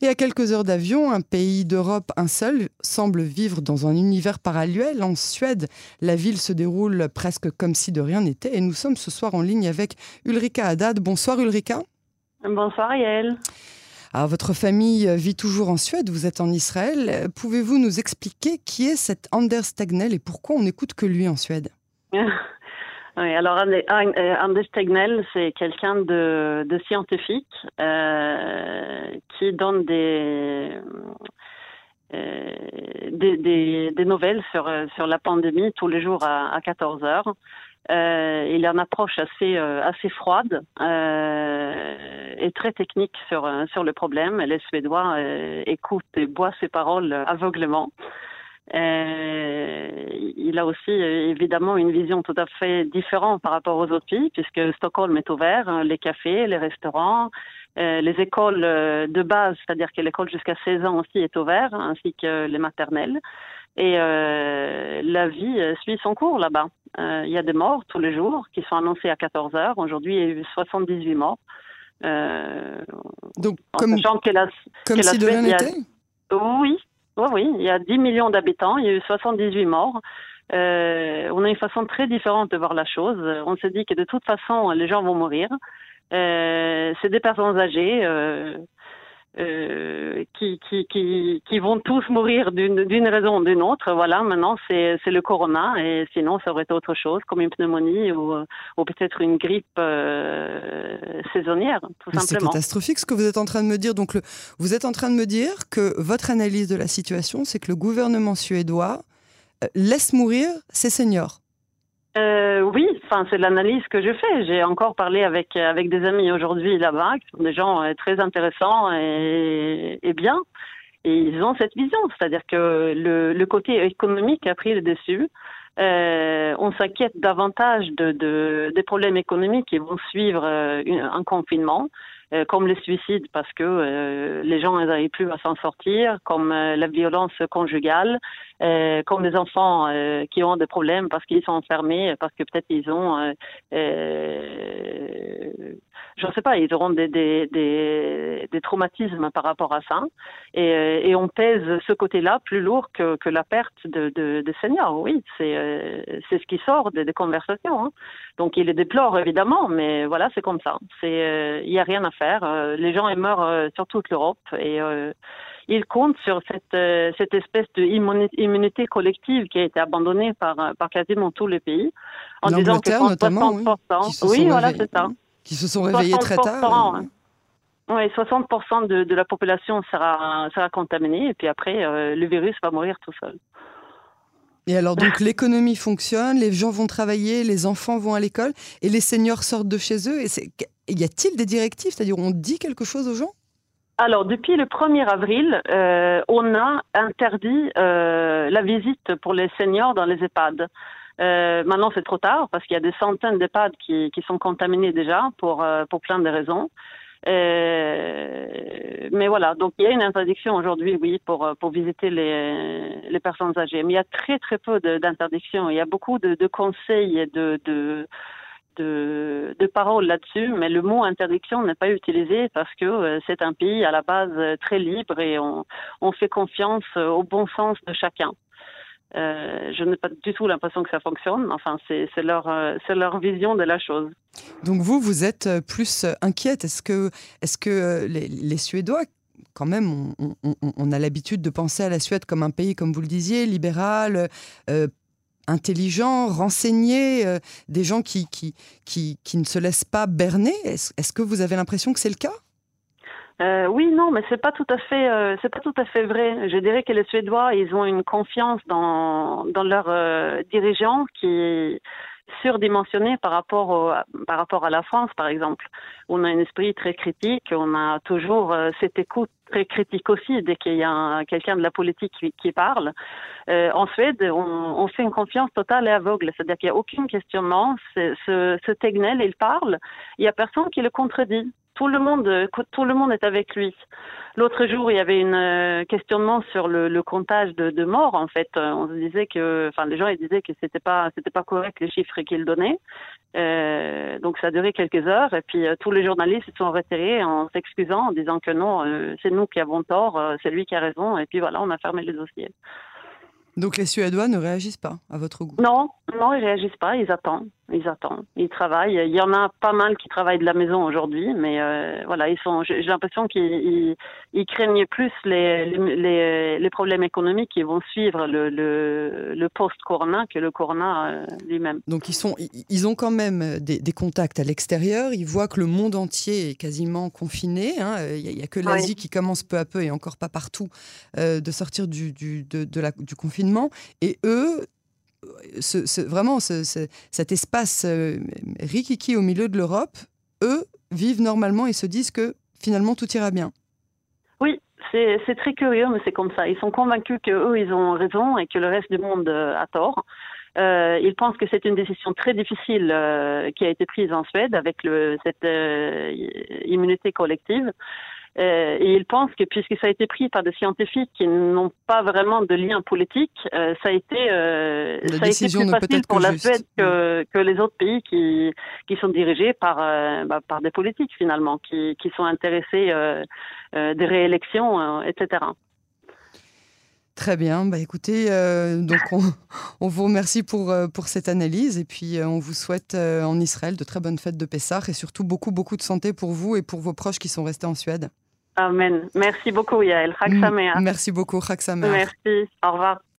Et à quelques heures d'avion, un pays d'Europe, un seul, semble vivre dans un univers parallèle. En Suède, la ville se déroule presque comme si de rien n'était. Et nous sommes ce soir en ligne avec Ulrika Haddad. Bonsoir Ulrika. Bonsoir Yael. Alors, votre famille vit toujours en Suède, vous êtes en Israël. Pouvez-vous nous expliquer qui est cet Anders Tegnell et pourquoi on n'écoute que lui en Suède? Oui, alors Anders Tegnell, c'est quelqu'un de scientifique qui donne des nouvelles sur la pandémie tous les jours à 14 heures. Il a une approche assez froide et très technique sur le problème. Les Suédois écoutent et boivent ses paroles aveuglément. Il a aussi évidemment une vision tout à fait différente par rapport aux autres pays, puisque Stockholm est ouvert, les cafés, les restaurants, les écoles de base, c'est-à-dire que l'école jusqu'à 16 ans aussi est ouverte, ainsi que les maternelles. Et la vie suit son cours là-bas. Il y a des morts tous les jours qui sont annoncés à 14 heures. Aujourd'hui, il y a eu 78 morts. Donc, comme si de rien n'était ? Oui, il y a 10 millions d'habitants, il y a eu 78 morts. On a une façon très différente de voir la chose. On se dit que de toute façon, les gens vont mourir. C'est des personnes âgées qui vont tous mourir d'une raison ou d'une autre. Voilà, maintenant c'est le corona, et sinon ça aurait été autre chose, comme une pneumonie ou peut-être une grippe saisonnière, tout simplement. C'est catastrophique ce que vous êtes en train de me dire. Donc vous êtes en train de me dire que votre analyse de la situation, c'est que le gouvernement suédois laisse mourir ses seniors. Oui, c'est l'analyse que je fais. J'ai encore parlé avec des amis aujourd'hui là-bas, qui sont des gens très intéressants et bien. Et ils ont cette vision, c'est-à-dire que le côté économique a pris le dessus. On s'inquiète davantage des problèmes économiques qui vont suivre un confinement, comme les suicides parce que les gens n'arrivent plus à s'en sortir, comme la violence conjugale, comme les enfants qui ont des problèmes parce qu'ils sont enfermés, parce que peut-être ils ont, je ne sais pas, ils auront des traumatismes par rapport à ça. Et on pèse ce côté-là plus lourd que la perte de seniors. Oui, c'est ce qui sort des conversations. Hein. Donc il les déplore évidemment, mais voilà, c'est comme ça. Il n'y a rien à faire. Les gens ils meurent sur toute l'Europe et ils comptent sur cette espèce d'immunité collective qui a été abandonnée par quasiment tous les pays. En disant que 60%, oui, voilà, c'est ça. Qui se sont réveillés très tard. Oui, 60% de la population sera contaminée et puis après, le virus va mourir tout seul. Et alors, donc, l'économie fonctionne, les gens vont travailler, les enfants vont à l'école et les seniors sortent de chez eux. Y a-t-il des directives? C'est-à-dire, on dit quelque chose aux gens? Alors, depuis le 1er avril, on a interdit la visite pour les seniors dans les EHPAD. Maintenant, c'est trop tard parce qu'il y a des centaines d'EHPAD qui sont contaminés déjà pour plein de raisons. Mais voilà, donc il y a une interdiction aujourd'hui, oui, pour visiter les personnes âgées. Mais il y a très très peu d'interdictions. Il y a beaucoup de conseils et de paroles là-dessus, mais le mot interdiction n'est pas utilisé parce que c'est un pays à la base très libre et on fait confiance au bon sens de chacun. Je n'ai pas du tout l'impression que ça fonctionne. Enfin, c'est leur vision de la chose. Donc vous êtes plus inquiète. Est-ce que les Suédois, quand même, on a l'habitude de penser à la Suède comme un pays, comme vous le disiez, libéral, intelligent, renseigné, des gens qui ne se laissent pas berner. Est-ce que vous avez l'impression que c'est le cas ? Oui, non, mais c'est pas tout à fait vrai. Je dirais que les Suédois, ils ont une confiance dans leurs dirigeants qui est surdimensionnée par rapport à la France, par exemple. On a un esprit très critique, on a toujours cette écoute très critique aussi dès qu'il y a quelqu'un de la politique qui parle. En Suède, on fait une confiance totale et aveugle, c'est-à-dire qu'il n'y a aucun questionnement. Ce Tegnell, il parle, il n'y a personne qui le contredit. tout le monde est avec lui. L'autre jour, il y avait un questionnement sur le comptage de morts. En fait, on se disait les gens ils disaient que c'était pas correct les chiffres qu'ils donnaient. Donc ça a duré quelques heures et puis tous les journalistes se sont retirés en s'excusant, en disant que non, c'est nous qui avons tort, c'est lui qui a raison. Et puis voilà, on a fermé les dossiers. Donc les Suédois ne réagissent pas, à votre goût? Non, ils réagissent pas, ils attendent. Ils travaillent. Il y en a pas mal qui travaillent de la maison aujourd'hui, mais voilà, j'ai l'impression qu'ils craignent plus les problèmes économiques qui vont suivre le post-corona que le corona lui-même. Donc ils ont quand même des contacts à l'extérieur, ils voient que le monde entier est quasiment confiné, hein. Il n'y a que l'Asie qui commence peu à peu, et encore pas partout, de sortir du confinement. Et eux, cet espace rikiki au milieu de l'Europe, eux vivent normalement et se disent que finalement tout ira bien. Oui, c'est très curieux, mais c'est comme ça. Ils sont convaincus qu'eux, ils ont raison et que le reste du monde a tort. Ils pensent que c'est une décision très difficile qui a été prise en Suède avec cette immunité collective. Et ils pensent que puisque ça a été pris par des scientifiques qui n'ont pas vraiment de lien politique, ça a été plus facile pour la Suède que les autres pays qui sont dirigés par des politiques finalement, qui sont intéressés des réélections, etc. Très bien. Écoutez, donc on vous remercie pour cette analyse et puis on vous souhaite en Israël de très bonnes fêtes de Pessah et surtout beaucoup de santé pour vous et pour vos proches qui sont restés en Suède. Amen. Merci beaucoup, Yael. Chag Sameach. Merci beaucoup. Chag Sameach. Merci. Au revoir.